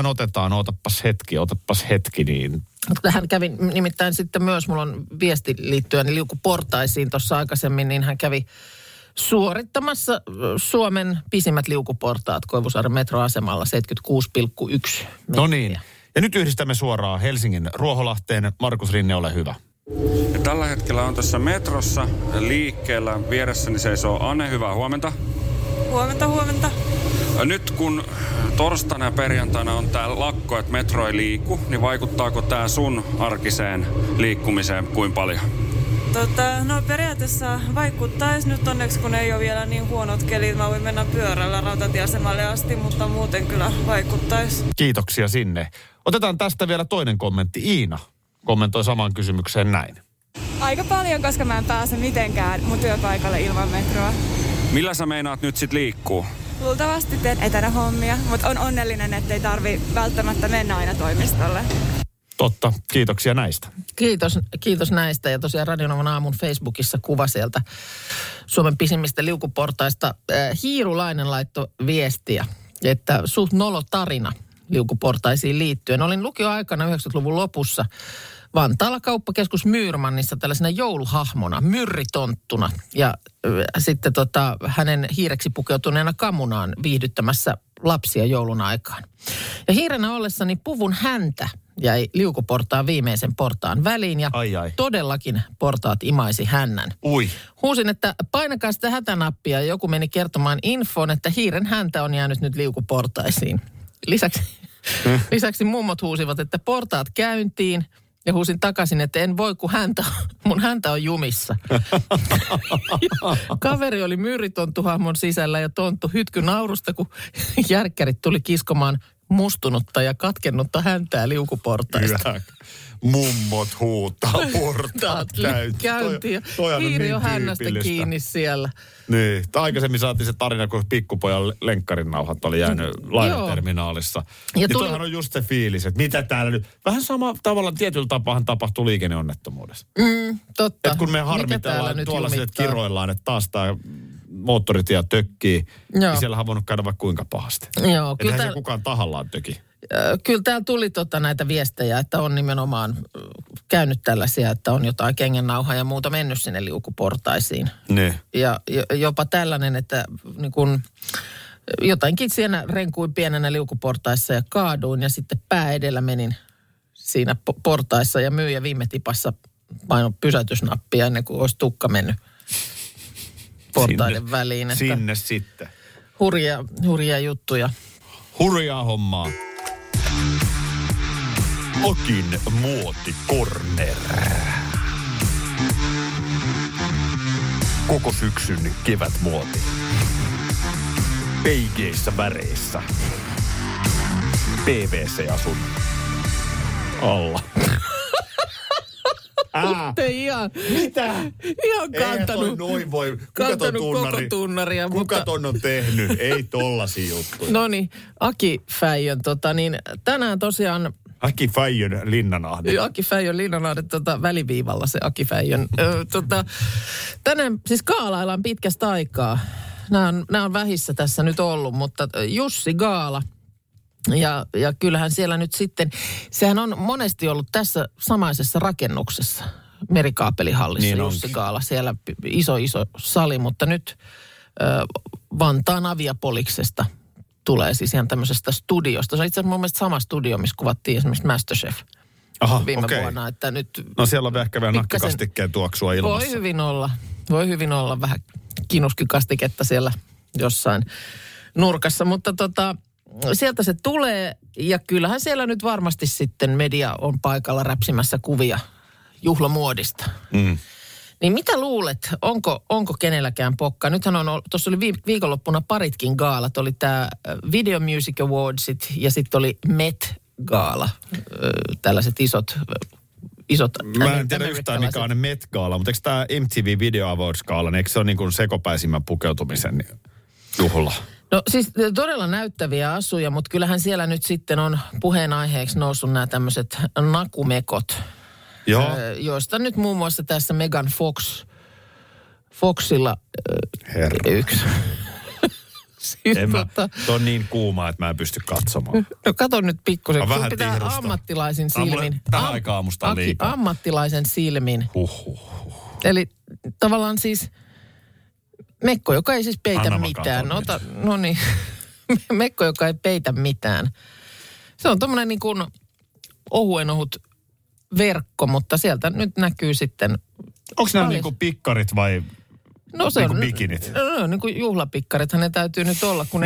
[SPEAKER 3] Otapas hetki niin.
[SPEAKER 4] Hän kävi nimittäin sitten myös, mulla on viesti liittyen liukuportaisiin tuossa aikaisemmin, niin hän kävi suorittamassa Suomen pisimmät liukuportaat Koivusaaren metroasemalla 76,1 metriä.
[SPEAKER 3] No niin. Ja nyt yhdistämme suoraan Helsingin Ruoholahteen. Markus Rinne, ole hyvä.
[SPEAKER 11] Ja tällä hetkellä on tässä metrossa liikkeellä. Vieressäni seisoo Anne. Hyvää huomenta.
[SPEAKER 12] Huomenta.
[SPEAKER 11] Nyt kun torstaina ja perjantaina on tää lakko, että metro ei liiku, niin vaikuttaako tää sun arkiseen liikkumiseen kuin paljon?
[SPEAKER 12] No periaatteessa vaikuttaisi nyt onneksi, kun ei ole vielä niin huonot kelit. Mä voin mennä pyörällä rautatieasemalle asti, mutta muuten kyllä vaikuttaisi.
[SPEAKER 3] Kiitoksia sinne. Otetaan tästä vielä toinen kommentti. Iina kommentoi samaan kysymykseen näin.
[SPEAKER 12] Aika paljon, koska mä en pääse mitenkään mun työpaikalle ilman metroa.
[SPEAKER 11] Millä sä meinaat nyt sit liikkuu?
[SPEAKER 12] Luultavasti teen etänä hommia, mutta on onnellinen, ettei tarvi välttämättä mennä aina toimistolle.
[SPEAKER 3] Totta. Kiitoksia näistä.
[SPEAKER 4] Kiitos näistä. Ja tosiaan Radionovan aamun Facebookissa kuva sieltä Suomen pisimmistä liukuportaista. Hiirulainen laittoi viestiä, että suht nolo tarina liukuportaisiin liittyen. Olin lukioaikana 90-luvun lopussa Vantaalla kauppakeskus Myyrmannissa tällaisena jouluhahmona, myrritonttuna. Ja sitten hänen hiireksi pukeutuneena kamunaan viihdyttämässä lapsia joulun aikaan. Ja hiirenä ollessani puvun häntä jäi liukuportaan viimeisen portaan väliin ja todellakin portaat imaisi hännän.
[SPEAKER 3] Ui.
[SPEAKER 4] Huusin, että painakaa sitä hätänappia ja joku meni kertomaan infoon, että hiiren häntä on jäänyt nyt liukuportaisiin. Lisäksi mummot huusivat, että portaat käyntiin ja huusin takaisin, että en voi, kun mun häntä on jumissa. Kaveri oli myrritonttuhahmon sisällä ja tonttu hytky naurusta, kun järkkärit tuli kiskomaan mustunutta ja katkennutta häntää liukuportaista.
[SPEAKER 3] Hyvä. Mummot huutaa portaat
[SPEAKER 4] käyntiin. Hiiri on hännästä kiinni siellä.
[SPEAKER 3] Niin. Aikaisemmin saatiin se tarina, kun pikkupojan lenkkarinauhat oli jäänyt lainaterminaalissa. Ja toihan on just se fiilis, että mitä täällä nyt... Vähän sama tavalla tietyllä tapaahan tapahtuu liikenneonnettomuudessa.
[SPEAKER 4] Totta.
[SPEAKER 3] Että kun me harmitellaan tuolla että kiroillaan, että taas tämä moottoritie tökkii, niin siellähän on voinut käydä vaikka kuinka pahasti.
[SPEAKER 4] Joo,
[SPEAKER 3] eihän se kukaan tahallaan töki.
[SPEAKER 4] Kyllä täällä tuli näitä viestejä, että on nimenomaan käynyt tällaisia, että on jotain kengennauhaa ja muuta mennyt sinne liukuportaisiin.
[SPEAKER 3] Ne.
[SPEAKER 4] Ja jopa tällainen, että niin kun jotainkin siinä renkuin pienenä liukuportaissa ja kaaduin ja sitten pää edellä menin siinä portaissa ja myyjä viime tipassa paino pysäytysnappia ennen kuin olisi tukka mennyt portaiden väliin. Että
[SPEAKER 3] sinne sitten.
[SPEAKER 4] Hurjia juttuja.
[SPEAKER 3] Hurjaa hommaa. Akin muotikorner. Koko syksyn kevätmuoti. Peikeissä väreissä. PVC-asun alla.
[SPEAKER 4] Ihan.
[SPEAKER 3] Mitä?
[SPEAKER 4] Ihan kantanut.
[SPEAKER 3] Eihän noin voi.
[SPEAKER 4] Kantanut koko tunnaria.
[SPEAKER 3] Kuka ton on tehnyt? Ei tollasia juttuja.
[SPEAKER 4] Noniin, Aki Fäijön. Tänään tosiaan
[SPEAKER 3] Aki Fäijön Linnanahde.
[SPEAKER 4] Aki Fäijön Linnanahde, väliviivalla se Aki Fäijön. Tänään siis gaalaillaan pitkästä aikaa. Nämä on vähissä tässä nyt ollut, mutta Jussi Gaala. Ja kyllähän siellä nyt sitten, sehän on monesti ollut tässä samaisessa rakennuksessa, Merikaapelihallissa, niin Jussi Gaala. Siellä iso sali, mutta nyt Vantaan Aviapoliksesta tulee siis ihan tämmöisestä studiosta. Se on itse asiassa mun mielestä sama studio, missä kuvattiin esimerkiksi MasterChef viime vuonna. Että nyt
[SPEAKER 3] no siellä on ehkä vähän nakkikastikkeen tuoksua ilmassa.
[SPEAKER 4] Voi hyvin olla vähän kinuskikastiketta siellä jossain nurkassa, mutta sieltä se tulee ja kyllähän siellä nyt varmasti sitten media on paikalla räpsimässä kuvia juhlamuodista. Niin mitä luulet, onko kenelläkään pokkaa? Nythän tuossa oli viikonloppuna paritkin gaalat. Oli tämä Video Music Awardsit ja sitten oli Met-gaala. Tällaiset isot
[SPEAKER 3] mä en tiedä yhtään mikä on ne Met-gaala, mutta eikö tämä MTV Video Awards-gaala, niin eikö se ole niin kuin sekopäisimmän pukeutumisen juhla?
[SPEAKER 4] No siis todella näyttäviä asuja, mutta kyllähän siellä nyt sitten on puheenaiheeksi noussut nämä tämmöiset nakumekot.
[SPEAKER 3] Joo.
[SPEAKER 4] Joista nyt muun muassa tässä Megan Foxilla yksi.
[SPEAKER 3] Siis Tuo on niin kuuma, että mä en pysty katsomaan.
[SPEAKER 4] No kato nyt pikkusen.
[SPEAKER 3] Vähän
[SPEAKER 4] pitää ammattilaisin silmin.
[SPEAKER 3] Tähän aikaan aamusta on liikaa.
[SPEAKER 4] Ammattilaisen silmin. Eli tavallaan siis mekko, joka ei siis peitä mitään. No niin. Mekko, joka ei peitä mitään. Se on tommonen niin kuin ohuen ohut verkko, mutta sieltä nyt näkyy sitten.
[SPEAKER 3] Onko nämä niin kuin pikkarit vai
[SPEAKER 4] no se
[SPEAKER 3] niin
[SPEAKER 4] on
[SPEAKER 3] bikinit?
[SPEAKER 4] No niin kuin juhlapikkarithan ne täytyy nyt olla, kun ne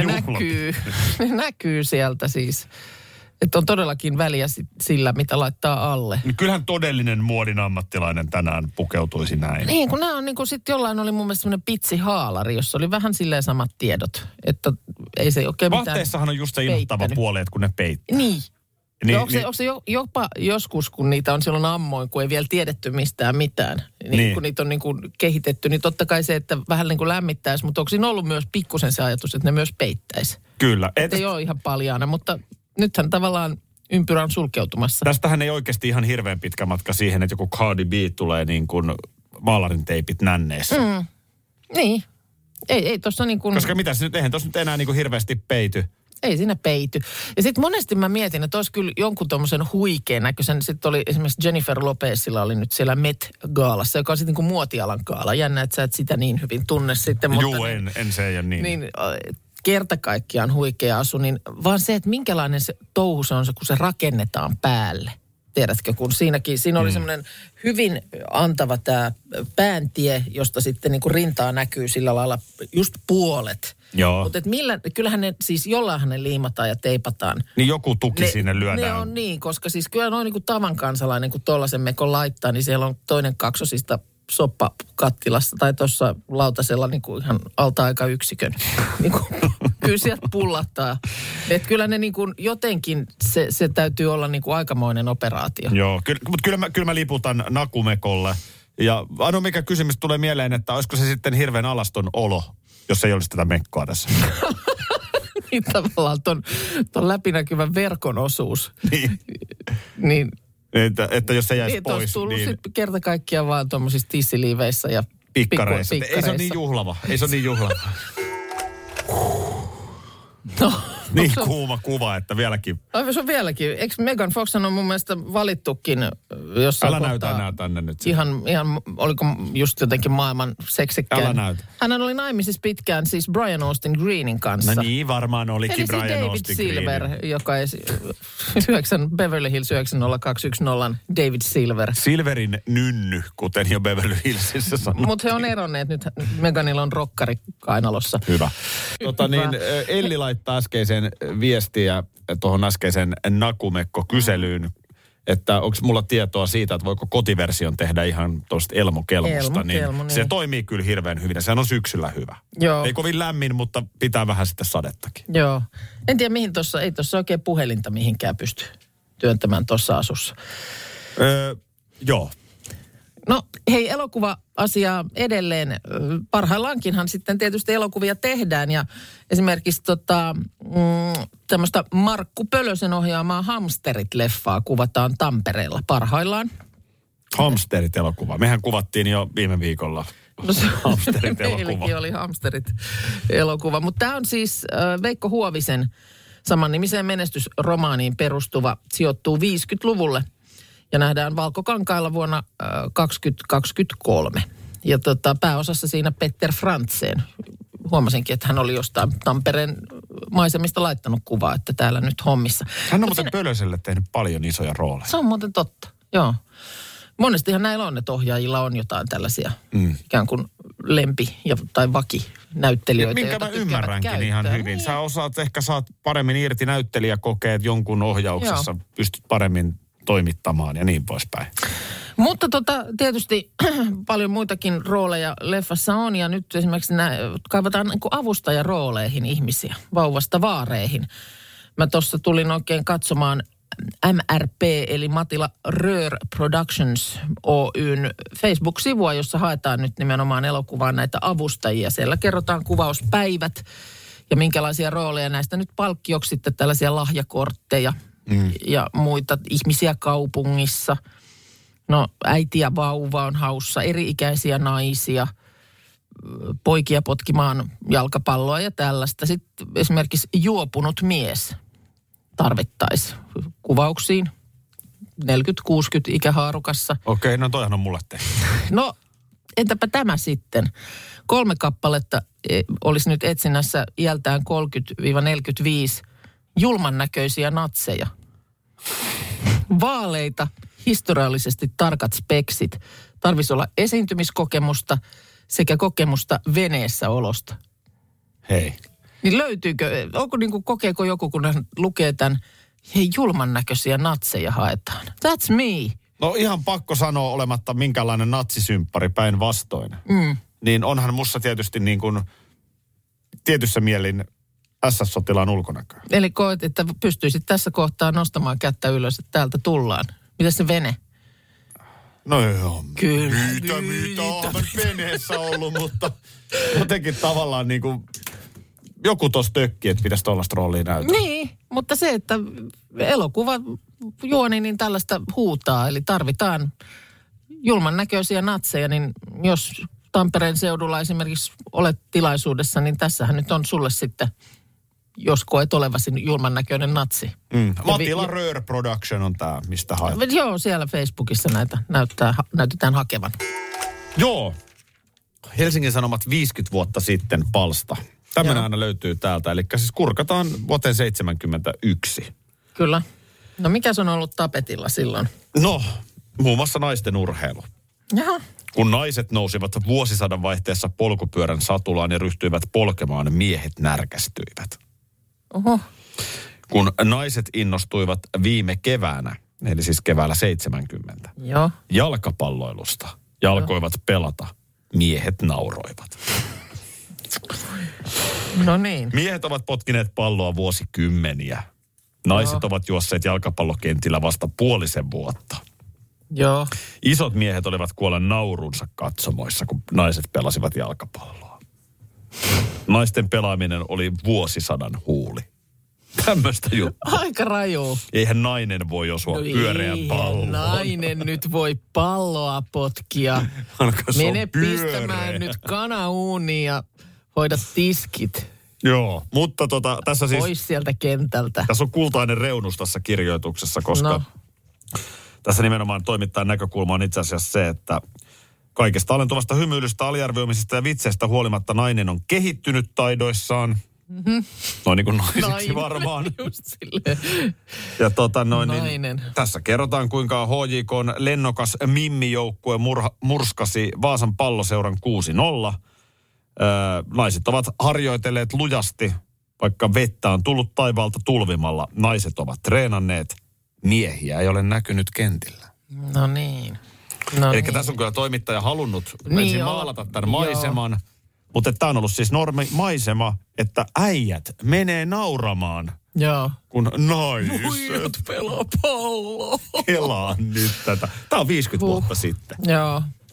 [SPEAKER 4] näkyy sieltä siis. Että on todellakin väliä sillä, mitä laittaa alle.
[SPEAKER 3] No kyllähän todellinen muodin ammattilainen tänään pukeutuisi näin.
[SPEAKER 4] Niin, kun nämä on niin kuin sitten jollain oli mun mielestä semmoinen pitsihaalari, jossa oli vähän silleen samat tiedot. Että ei se oikein mitään
[SPEAKER 3] vaatteissahan on just se innoittava puoli, että kun ne peittää.
[SPEAKER 4] Niin. Onko se jopa joskus, kun niitä on silloin ammoin, kun ei vielä tiedetty mistään mitään, niin. Kun niitä on niin kuin kehitetty, niin totta kai se, että vähän niin kuin lämmittäisi, mutta onko siinä ollut myös pikkusen se ajatus, että ne myös peittäisi?
[SPEAKER 3] Kyllä.
[SPEAKER 4] Että ei ole ihan paljaana, mutta nythän tavallaan ympyrä on sulkeutumassa.
[SPEAKER 3] Tästähän ei oikeasti ihan hirveän pitkä matka siihen, että joku Cardi B tulee niin kuin maalarin teipit nänneessä.
[SPEAKER 4] Niin. Ei tossa niin kuin
[SPEAKER 3] koska mitäs nyt, eihän tossa nyt enää niin kuin hirveästi peity.
[SPEAKER 4] Ei siinä peity. Ja sitten monesti mä mietin, että olisi kyllä jonkun tommosen huikean näköisen. Sitten oli esimerkiksi Jennifer Lopezilla oli nyt siellä Met-gaalassa, joka on sitten niin kuin muotialan gaala. Jännä, että sä et sitä niin hyvin tunne sitten.
[SPEAKER 3] Juu, en se ei ole niin.
[SPEAKER 4] Niin kerta kaikkiaan huikea asu, niin vaan se, että minkälainen se touhu se on se, kun se rakennetaan päälle. Tiedätkö, kun siinä oli semmoinen hyvin antava tämä pääntie, josta sitten niin kuin rintaa näkyy sillä lailla just puolet.
[SPEAKER 3] Joo.
[SPEAKER 4] Mutta kyllähän ne siis jollainhan ne liimataan ja teipataan.
[SPEAKER 3] Niin joku tuki sinne lyödään.
[SPEAKER 4] Ne on niin, koska siis kyllä noin niin kuin tavan kansalainen, kun tuollaisen mekon laittaa, niin siellä on toinen kaksosista soppakattilassa tai tuossa lautasella niin kuin ihan alta-aikayksikön. Niin kuin, kyllä sieltä pullahtaa. Että kyllä ne niin kuin jotenkin, se täytyy olla niin kuin aikamoinen operaatio.
[SPEAKER 3] Joo, mutta kyllä mä liputan nakumekolle. Ja ainoa mikä kysymys tulee mieleen, että olisiko se sitten hirveän alaston olo, jos ei olisi tätä mekkoa tässä.
[SPEAKER 4] Niin tavallaan ton läpinäkyvän verkon osuus. Niin.
[SPEAKER 3] Että jos se jäisi
[SPEAKER 4] niin,
[SPEAKER 3] pois.
[SPEAKER 4] Niin, tullut sitten kerta kaikkiaan vaan tuommoisissa tissiliiveissä ja
[SPEAKER 3] pikkareissa. Ei se ole niin juhlava.
[SPEAKER 4] No.
[SPEAKER 3] Niin kuuma kuva, että vieläkin.
[SPEAKER 4] Se on vieläkin. Eikö Megan Fox on mun mielestä valittukin jossain
[SPEAKER 3] älä näytä enää tänne nyt.
[SPEAKER 4] Ihan, oliko just jotenkin maailman seksikkäin.
[SPEAKER 3] Älä näytä.
[SPEAKER 4] Hän oli naimisissa pitkään siis Brian Austin Greenin kanssa.
[SPEAKER 3] No niin, varmaan olikin
[SPEAKER 4] eli
[SPEAKER 3] Brian
[SPEAKER 4] David
[SPEAKER 3] Austin
[SPEAKER 4] Silver,
[SPEAKER 3] Green.
[SPEAKER 4] joka ei Beverly Hills 90210 David Silver.
[SPEAKER 3] Silverin nynny, kuten jo Beverly Hillsissä sanoo.
[SPEAKER 4] Mutta he on eronneet nyt. Meganilla on rokkari kainalossa.
[SPEAKER 3] Hyvä. Elli laittaa äskeiseen viestiä tuohon äskeiseen nakumekko-kyselyyn, että onko mulla tietoa siitä, että voiko kotiversion tehdä ihan tuosta elmokelmosta. Niin se toimii kyllä hirveän hyvin. Sehän on syksyllä hyvä.
[SPEAKER 4] Joo.
[SPEAKER 3] Ei kovin lämmin, mutta pitää vähän sitten sadettakin.
[SPEAKER 4] Joo. En tiedä mihin tuossa, ei tuossa oikein puhelinta mihinkään pysty työntämään tuossa asussa.
[SPEAKER 3] Joo.
[SPEAKER 4] No hei, elokuva-asiaa edelleen. Parhaillaankinhan sitten tietysti elokuvia tehdään ja esimerkiksi tämmöistä Markku Pölösen ohjaamaa Hamsterit-leffaa kuvataan Tampereella parhaillaan.
[SPEAKER 3] Hamsterit-elokuva. Mehän kuvattiin jo viime viikolla Hamsterit-elokuva.
[SPEAKER 4] Meilläkin oli Hamsterit-elokuva, mutta tämä on siis Veikko Huovisen samannimiseen menestysromaaniin perustuva, sijoittuu 50-luvulle. Ja nähdään Valkokankaalla vuonna 2023. Ja pääosassa siinä Petter Frantzen. Huomasinkin, että hän oli jostain Tampereen maisemista laittanut kuvaa, että täällä nyt hommissa.
[SPEAKER 3] Hän on muuten Pölöselle tehnyt paljon isoja rooleja.
[SPEAKER 4] Se on muuten totta, joo. Monestihan näillä on, että ohjaajilla on jotain tällaisia ikään kuin tai vakinäyttelijöitä.
[SPEAKER 3] Minkä mä ymmärränkin ihan hyvin. Sä saat paremmin irti näyttelijäkokeet jonkun ohjauksessa. Joo. Pystyt paremmin toimittamaan ja niin poispäin.
[SPEAKER 4] Mutta tietysti paljon muitakin rooleja leffassa on ja nyt esimerkiksi kaivataan niin kuin avustajarooleihin ihmisiä, vauvasta vaareihin. Mä tuossa tulin oikein katsomaan MRP eli Matila Röör Productions Oyn Facebook-sivua, jossa haetaan nyt nimenomaan elokuvaan näitä avustajia. Siellä kerrotaan kuvauspäivät ja minkälaisia rooleja näistä nyt palkkioksi sitten tällaisia lahjakortteja. Ja muita ihmisiä kaupungissa. No äiti ja vauva on haussa, eri-ikäisiä naisia, poikia potkimaan jalkapalloa ja tällaista. Sitten esimerkiksi juopunut mies tarvittaisi kuvauksiin 40-60 ikähaarukassa.
[SPEAKER 3] Okei, no toihan on mulle tehty.
[SPEAKER 4] No entäpä tämä sitten? 3 kappaletta olisi nyt etsinnässä iältään 30-45 julman näköisiä natseja. Vaaleita, historiallisesti tarkat speksit. Tarvitsisi olla esiintymiskokemusta sekä kokemusta veneessä olosta.
[SPEAKER 3] Hei.
[SPEAKER 4] Niin löytyykö, kokeeko joku, kun hän lukee tämän, hei julman näköisiä natseja haetaan. That's me.
[SPEAKER 3] No ihan pakko sanoa olematta minkälainen natsisymppari päinvastoin. Niin onhan musta tietysti niin kuin tietyssä mielin SS-sotilaan ulkonäköä.
[SPEAKER 4] Eli koet, että pystyisit tässä kohtaa nostamaan kättä ylös, että täältä tullaan. Mitäs se vene?
[SPEAKER 3] No joo.
[SPEAKER 4] Kyllä.
[SPEAKER 3] Mitä on veneessä ollut, mutta jotenkin tavallaan niin kuin joku tossa tökki, että pitäisi tollaista roolia näyttää.
[SPEAKER 4] Niin, mutta se, että elokuva juoni, niin tällaista huutaa. Eli tarvitaan julman näköisiä natseja, niin jos Tampereen seudulla esimerkiksi olet tilaisuudessa, niin tässähän nyt on sulle sitten, jos koet olevasi julman näköinen natsi.
[SPEAKER 3] Matila Röör Production on tämä, mistä haet.
[SPEAKER 4] Joo, siellä Facebookissa näitä näytetään hakevan.
[SPEAKER 3] Joo. Helsingin Sanomat 50 vuotta sitten palsta. Tämmöinen aina löytyy täältä, eli siis kurkataan vuoteen 1971.
[SPEAKER 4] Kyllä. No mikä on ollut tapetilla silloin?
[SPEAKER 3] No, muun muassa naisten urheilu.
[SPEAKER 4] Jaha.
[SPEAKER 3] Kun naiset nousivat vuosisadan vaihteessa polkupyörän satulaan ja ryhtyivät polkemaan, miehet närkästyivät.
[SPEAKER 4] Oho.
[SPEAKER 3] Kun naiset innostuivat viime keväänä, eli siis keväällä 70,
[SPEAKER 4] Joo.
[SPEAKER 3] jalkapalloilusta ja alkoivat pelata, miehet nauroivat.
[SPEAKER 4] No niin.
[SPEAKER 3] Miehet ovat potkineet palloa vuosikymmeniä. Naiset ovat juosseet jalkapallokentillä vasta puolisen vuotta.
[SPEAKER 4] Joo.
[SPEAKER 3] Isot miehet olivat kuolla naurunsa katsomoissa, kun naiset pelasivat jalkapalloa. Naisten pelaaminen oli vuosisadan huuli. Tämmöistä juttua.
[SPEAKER 4] Aika raju.
[SPEAKER 3] Eihän nainen voi osua pyöreän palloon.
[SPEAKER 4] Nainen nyt voi palloa potkia. Mene pistämään nyt kanauuniin ja hoida tiskit.
[SPEAKER 3] Joo, mutta tässä siis...
[SPEAKER 4] Pois sieltä kentältä.
[SPEAKER 3] Tässä on kultainen reunus tässä kirjoituksessa, koska tässä nimenomaan toimittajan näkökulma on itse asiassa se, että kaikesta alentuvasta hymyilystä, aliarvioimisesta ja vitseistä huolimatta nainen on kehittynyt taidoissaan.
[SPEAKER 4] Mm-hmm.
[SPEAKER 3] Noin niin kuin naisiksi varmaan.
[SPEAKER 4] Just silleen.
[SPEAKER 3] Ja niin, tässä kerrotaan, kuinka HJK:n lennokas Mimmi-joukkue murskasi Vaasan Palloseuran 6-0. Naiset ovat harjoitelleet lujasti, vaikka vettä on tullut taivaalta tulvimalla. Naiset ovat treenanneet, miehiä ei ole näkynyt kentillä.
[SPEAKER 4] No niin.
[SPEAKER 3] Eli tässä on kyllä toimittaja halunnut ensin maalata tämän maiseman, mutta tämä on ollut siis normimaisema, että äijät menee nauramaan.
[SPEAKER 4] Joo.
[SPEAKER 3] Kun naiset
[SPEAKER 4] pelaa palloa.
[SPEAKER 3] Kelaa nyt tätä. Tämä on 50 vuotta sitten.
[SPEAKER 4] Joo.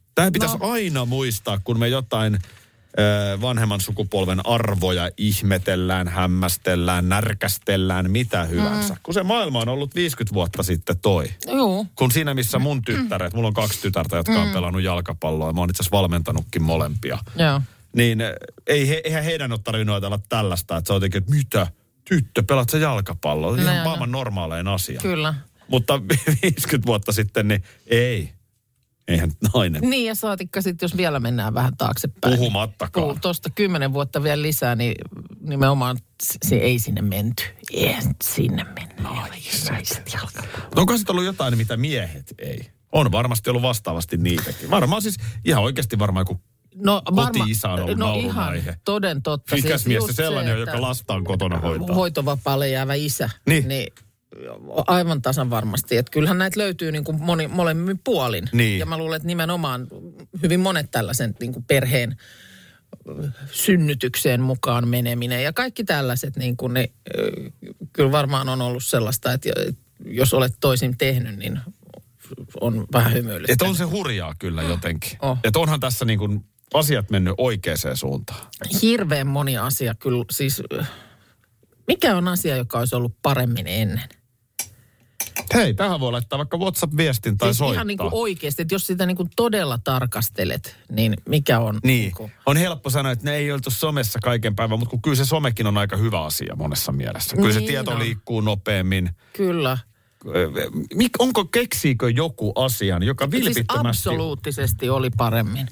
[SPEAKER 3] Tämä pitäisi aina muistaa, kun me jotain vanhemman sukupolven arvoja ihmetellään, hämmästellään, närkästellään, mitä hyvänsä. Kun se maailma on ollut 50 vuotta sitten
[SPEAKER 4] Joo.
[SPEAKER 3] Kun siinä missä mun tyttäret, mulla on 2 tytärtä, jotka on pelannut jalkapalloa, mä oon itse asiassa valmentanutkin molempia.
[SPEAKER 4] Joo.
[SPEAKER 3] Niin eihän heidän ole tarvinnut ajatella tällaista, että sä oot että mitä, tyttö, pelaat sä jalkapalloa? Se on ihan maailman normaalein asia.
[SPEAKER 4] Kyllä.
[SPEAKER 3] Mutta 50 vuotta sitten, niin ei. Eihän nainen.
[SPEAKER 4] Niin, ja saatikka sitten, jos vielä mennään vähän taaksepäin.
[SPEAKER 3] Puhumattakaan.
[SPEAKER 4] Tuosta 10 vuotta vielä lisää, niin nimenomaan se ei sinne menty. Ei sinne mennyt. Naiset jalkapalloa.
[SPEAKER 3] Onko sitten ollut jotain, mitä miehet ei? On varmasti ollut vastaavasti niitäkin. Varmaan siis ihan oikeasti varmaan joku koti-isä on ollut naurunaihe.
[SPEAKER 4] Ihan toden totta.
[SPEAKER 3] Mikäs mies se sellainen, joka lastaan kotona hoitaa?
[SPEAKER 4] Hoitovapaalle jäävä isä. Niin aivan tasan varmasti. Että kyllähän näitä löytyy niin kuin molemmin puolin.
[SPEAKER 3] Niin.
[SPEAKER 4] Ja mä luulen, että nimenomaan hyvin monet tällaiset niin kuin perheen synnytykseen mukaan meneminen ja kaikki tällaiset, niin kuin ne, kyllä varmaan on ollut sellaista, että jos olet toisin tehnyt, niin on vähän hymyilyttänyt.
[SPEAKER 3] Että on se hurjaa kyllä jotenkin. Että onhan tässä niin kuin asiat mennyt oikeaan suuntaan.
[SPEAKER 4] Hirveän moni asia kyllä. Siis mikä on asia, joka olisi ollut paremmin ennen?
[SPEAKER 3] Hei, tähän voi laittaa vaikka WhatsApp-viestin tai
[SPEAKER 4] siis
[SPEAKER 3] soittaa.
[SPEAKER 4] Ihan niin kuin oikeasti, että jos sitä niin kuin todella tarkastelet, niin mikä on?
[SPEAKER 3] Niin, on helppo sanoa, että ne ei oltu somessa kaiken päivän, mutta kun kyllä se somekin on aika hyvä asia monessa mielessä. Kyllä se tieto liikkuu nopeammin.
[SPEAKER 4] Kyllä.
[SPEAKER 3] Keksiikö joku asian, joka vilpittömästi...
[SPEAKER 4] Siis absoluuttisesti oli paremmin.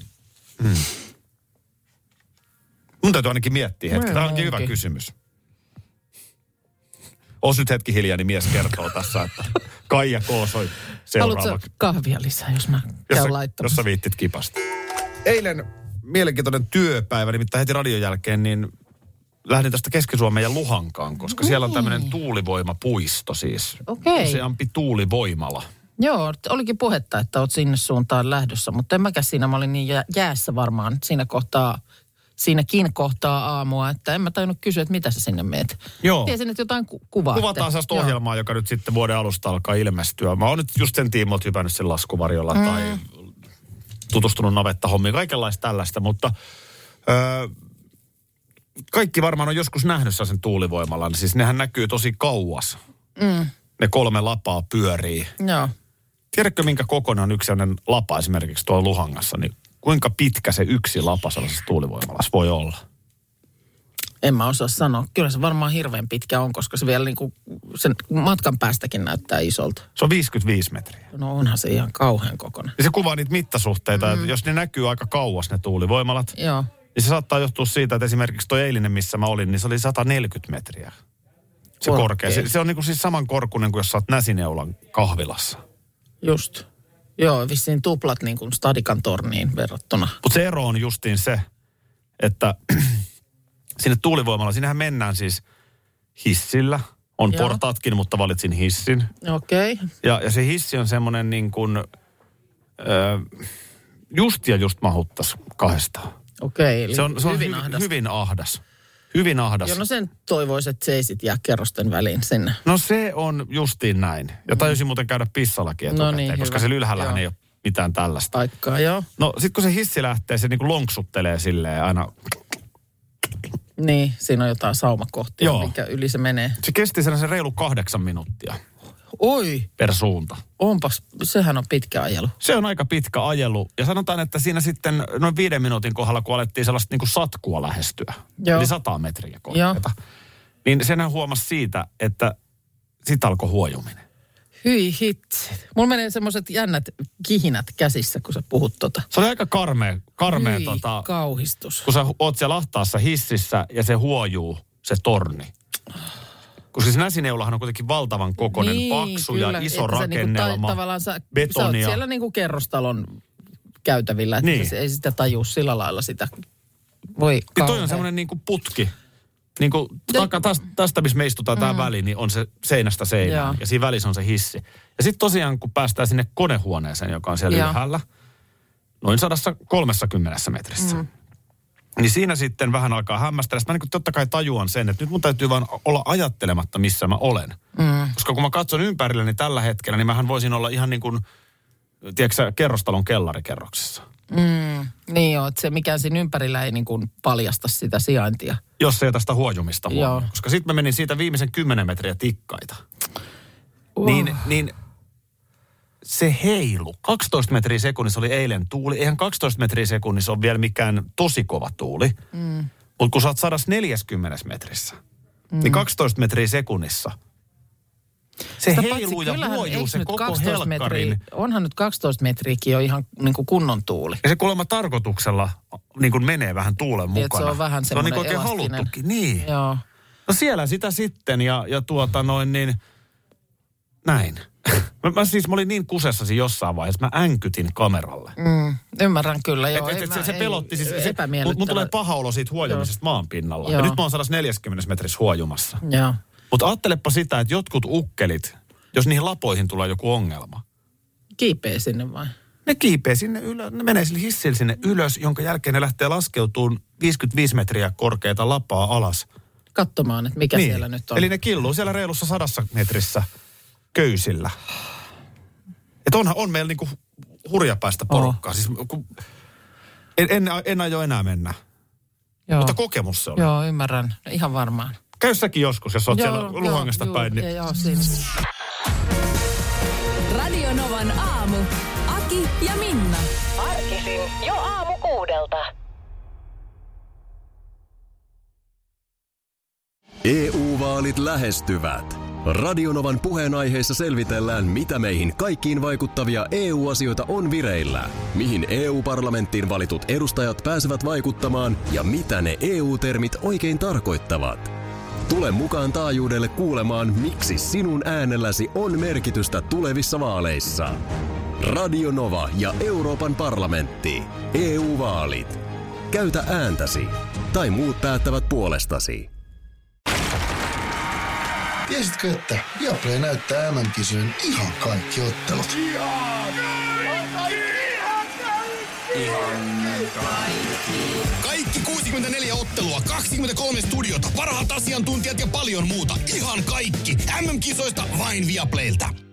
[SPEAKER 3] Mun täytyy ainakin miettiä hetki. Tämä onkin hyvä kysymys. Ois nyt hetki hiljaa, niin mies kertoo tässä, että Kaija K. soi seuraavaksi.
[SPEAKER 4] Haluatko kahvia lisää, jos mä käyn laittamassa?
[SPEAKER 3] Jos sä viittit kipasta. Eilen mielenkiintoinen työpäivä, nimittäin heti radion jälkeen, niin lähdin tästä Keski-Suomeen ja Luhankaan, koska siellä on tämmöinen tuulivoimapuisto siis.
[SPEAKER 4] Okei.
[SPEAKER 3] Useampi tuulivoimala.
[SPEAKER 4] Joo, olikin puhetta, että oot sinne suuntaan lähdössä, mutta en mäkään siinä, mä olin niin jäässä varmaan siinäkin kohtaa aamua, että en mä tajunnut kysyä, että mitä sä sinne meet.
[SPEAKER 3] Joo.
[SPEAKER 4] Tiesin, että jotain kuvaa.
[SPEAKER 3] Kuvataan sellaista ohjelmaa, joka nyt sitten vuoden alusta alkaa ilmestyä. Mä oon nyt just sen tiimoilta hypännyt sen laskuvarjolla tai tutustunut navettahommiin, kaikenlaista tällaista, mutta kaikki varmaan on joskus nähnyt sen tuulivoimalan. Siis nehän näkyy tosi kauas. Ne 3 lapaa pyörii.
[SPEAKER 4] Joo.
[SPEAKER 3] Tiedätkö, minkä kokonaan on yksi sellainen lapa esimerkiksi tuolla Luhangassa, niin kuinka pitkä se yksi lapa sellaisessa tuulivoimalassa voi olla?
[SPEAKER 4] En mä osaa sanoa. Kyllä se varmaan hirveän pitkä on, koska se vielä niinku sen matkan päästäkin näyttää isolta.
[SPEAKER 3] Se on 55 metriä.
[SPEAKER 4] No onhan se ihan kauhean kokoinen.
[SPEAKER 3] Ja se kuvaa niitä mittasuhteita, että jos ne näkyy aika kauas ne tuulivoimalat,
[SPEAKER 4] joo,
[SPEAKER 3] niin se saattaa johtua siitä, että esimerkiksi toi eilinen, missä mä olin, niin se oli 140 metriä. Se korkea. Se on niinku siis saman korkuinen kuin jos sä oot Näsineulan kahvilassa.
[SPEAKER 4] Just. Joo, vissiin tuplat niin kuin Stadikan torniin verrattuna.
[SPEAKER 3] Mutta se ero on justiin se, että sinne tuulivoimalla, siinähän mennään siis hissillä. On portaatkin, mutta valitsin hissin.
[SPEAKER 4] Okei.
[SPEAKER 3] Ja se hissi on semmoinen niin kuin, just mahuttas 2.
[SPEAKER 4] Okei, eli
[SPEAKER 3] se on
[SPEAKER 4] hyvin ahdas.
[SPEAKER 3] Hyvin ahdas. Hyvin ahdas.
[SPEAKER 4] Joo, no sen toivoisi, että seisit jää kerrosten väliin sinne.
[SPEAKER 3] No se on justiin näin. Ja tajusin muuten käydä pissallakin etukäteen, niin, koska se ylhäällähän ei ole mitään tällaista.
[SPEAKER 4] Paikkaa, joo.
[SPEAKER 3] No sit kun se hissi lähtee, se niinku lonksuttelee silleen aina.
[SPEAKER 4] Niin, siinä on jotain saumakohtia, mikä yli se menee.
[SPEAKER 3] Se kesti sellaisen reilu 8 minuuttia.
[SPEAKER 4] Oi!
[SPEAKER 3] Per suunta.
[SPEAKER 4] Onpas, sehän on pitkä ajelu.
[SPEAKER 3] Se on aika pitkä ajelu. Ja sanotaan, että siinä sitten noin 5 minuutin kohdalla, kun alettiin sellaista niin kuin satkua lähestyä. Eli 100 metriä korkeata. Niin senhän huomasi siitä, että sit alkoi huojuminen.
[SPEAKER 4] Hyi hitsi. Mulla menee semmoiset jännät kihinät käsissä, kun sä puhut tota.
[SPEAKER 3] Se oli aika karmea
[SPEAKER 4] kauhistus.
[SPEAKER 3] Kun sä oot siellä ahtaassa hississä ja se huojuu, se torni. Kun siis Näsineulahan on kuitenkin valtavan kokoinen, paksu kyllä, ja iso rakennelma,
[SPEAKER 4] niinku tavallaan sä
[SPEAKER 3] betonia.
[SPEAKER 4] Sä oot siellä niinku kerrostalon käytävillä, että niin. Ei sitä tajuu sillä lailla sitä. Voi kauhean.
[SPEAKER 3] Toi on semmoinen niinku putki. Niinku tästä, missä me istutaan tää väli, niin on se seinästä seinään. Ja siinä välissä on se hissi. Ja sitten tosiaan, kun päästään sinne konehuoneeseen, joka on siellä ylhäällä, noin 130 metrissä. Niin siinä sitten vähän alkaa hämmästellä. Mä niin totta kai tajuan sen, että nyt mun täytyy vaan olla ajattelematta, missä mä olen. Koska kun mä katson ympärilleni tällä hetkellä, niin mähän voisin olla ihan niin kuin, tiedätkö sä, kerrostalon kellarikerroksessa.
[SPEAKER 4] Niin joo, että se mikään siinä ympärillä ei niin kuin paljasta sitä sijaintia.
[SPEAKER 3] Jos ei tästä huojumista huomioon. Koska sitten mä menin siitä viimeisen 10 metriä tikkaita. Niin se heilu. 12 metriä sekunnissa oli eilen tuuli. Eihän 12 metriä sekunnissa ole vielä mikään tosi kova tuuli. Mutta kun sä oot 140 metrissä, niin 12 metriä sekunnissa se heiluu ja huojuu se koko helkkarin.
[SPEAKER 4] Onhan nyt 12 metriäkin jo ihan niin kuin kunnon tuuli.
[SPEAKER 3] Ja se kuulemma tarkoituksella niin kuin menee vähän tuulen mukana.
[SPEAKER 4] Se on vähän semmoinen elastinen.
[SPEAKER 3] Se on niin oikein haluttukin. Niin.
[SPEAKER 4] Joo.
[SPEAKER 3] No siellä sitä sitten ja näin. Mä olin niin kusessasi jossain vaiheessa, mä änkytin kameralle.
[SPEAKER 4] Ymmärrän kyllä, joo.
[SPEAKER 3] Se pelotti siis. Mun tulee paha olo siitä huojumisesta maan pinnalla. Ja nyt mä oon 140 metrissä huojumassa.
[SPEAKER 4] Joo.
[SPEAKER 3] Mutta ajattelepa sitä, että jotkut ukkelit, jos niihin lapoihin tulee joku ongelma.
[SPEAKER 4] Kiipee sinne vai?
[SPEAKER 3] Ne kiipee sinne ylös, ne menee sille hissille sinne ylös, jonka jälkeen ne lähtee laskeutumaan 55 metriä korkeata lapaa alas.
[SPEAKER 4] Katsomaan, että mikä siellä nyt on.
[SPEAKER 3] Eli ne killuu siellä reilussa 100 metrissä köysillä. Että on meillä niinku hurjapäistä porukkaa. Siis, en aio enää mennä.
[SPEAKER 4] Joo.
[SPEAKER 3] Mutta kokemus se on.
[SPEAKER 4] Joo, ymmärrän. Ihan varmaan.
[SPEAKER 3] Käy säkin joskus, jos oot siellä Luhangasta päin. Niin...
[SPEAKER 4] Joo, siinä.
[SPEAKER 2] Radio Novan aamu. Aki ja Minna. Arkisin jo 6:00.
[SPEAKER 1] EU-vaalit lähestyvät. Radio Novan puheenaiheessa selvitellään, mitä meihin kaikkiin vaikuttavia EU-asioita on vireillä, mihin EU-parlamenttiin valitut edustajat pääsevät vaikuttamaan ja mitä ne EU-termit oikein tarkoittavat. Tule mukaan taajuudelle kuulemaan, miksi sinun äänelläsi on merkitystä tulevissa vaaleissa. Radio Nova ja Euroopan parlamentti. EU-vaalit. Käytä ääntäsi. Tai muut päättävät puolestasi.
[SPEAKER 9] Tiesitkö, että Viaplay näyttää MM-kisojen ihan kaikki ottelut?
[SPEAKER 10] Kaikki 64 ottelua, 23 studiota, parhaat asiantuntijat ja paljon muuta. Ihan kaikki. MM-kisoista vain Viaplaylta.